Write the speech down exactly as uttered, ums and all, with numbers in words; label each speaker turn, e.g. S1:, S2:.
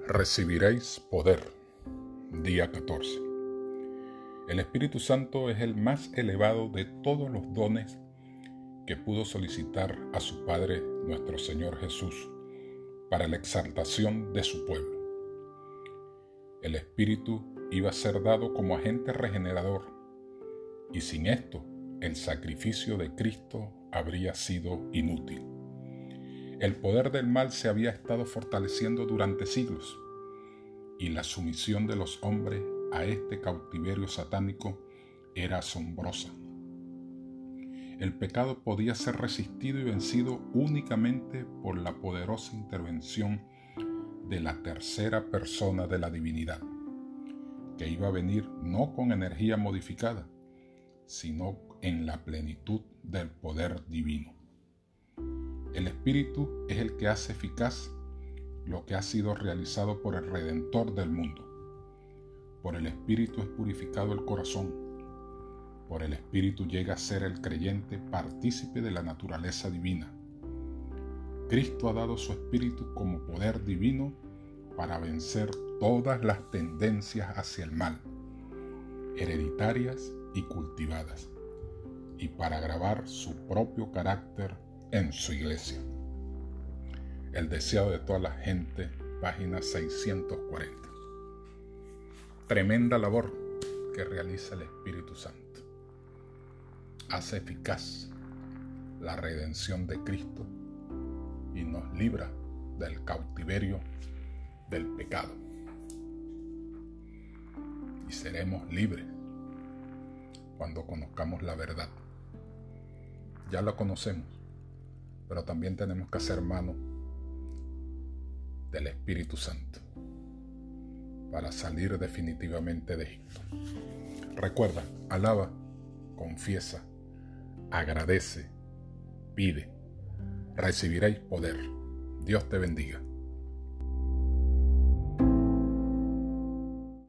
S1: Recibiréis poder. Día catorce. El Espíritu Santo es el más elevado de todos los dones que pudo solicitar a su Padre nuestro Señor Jesús para la exaltación de su pueblo. El Espíritu iba a ser dado como agente regenerador, y sin esto el sacrificio de Cristo habría sido inútil. El poder del mal se había estado fortaleciendo durante siglos, y la sumisión de los hombres a este cautiverio satánico era asombrosa. El pecado podía ser resistido y vencido únicamente por la poderosa intervención de la tercera persona de la divinidad, que iba a venir no con energía modificada, sino en la plenitud del poder divino. El Espíritu es el que hace eficaz lo que ha sido realizado por el Redentor del mundo. Por el Espíritu es purificado el corazón. Por el Espíritu llega a ser el creyente partícipe de la naturaleza divina. Cristo ha dado su Espíritu como poder divino para vencer todas las tendencias hacia el mal, hereditarias y cultivadas, y para grabar su propio carácter en su iglesia. El deseado de toda la gente, página seiscientos cuarenta. Tremenda labor que realiza el Espíritu Santo. Hace eficaz la redención de Cristo y nos libra del cautiverio del pecado. Y seremos libres cuando conozcamos la verdad. Ya la conocemos, pero también tenemos que hacer mano del Espíritu Santo para salir definitivamente de Egipto. Recuerda, alaba, confiesa, agradece, pide. Recibiréis poder. Dios te bendiga.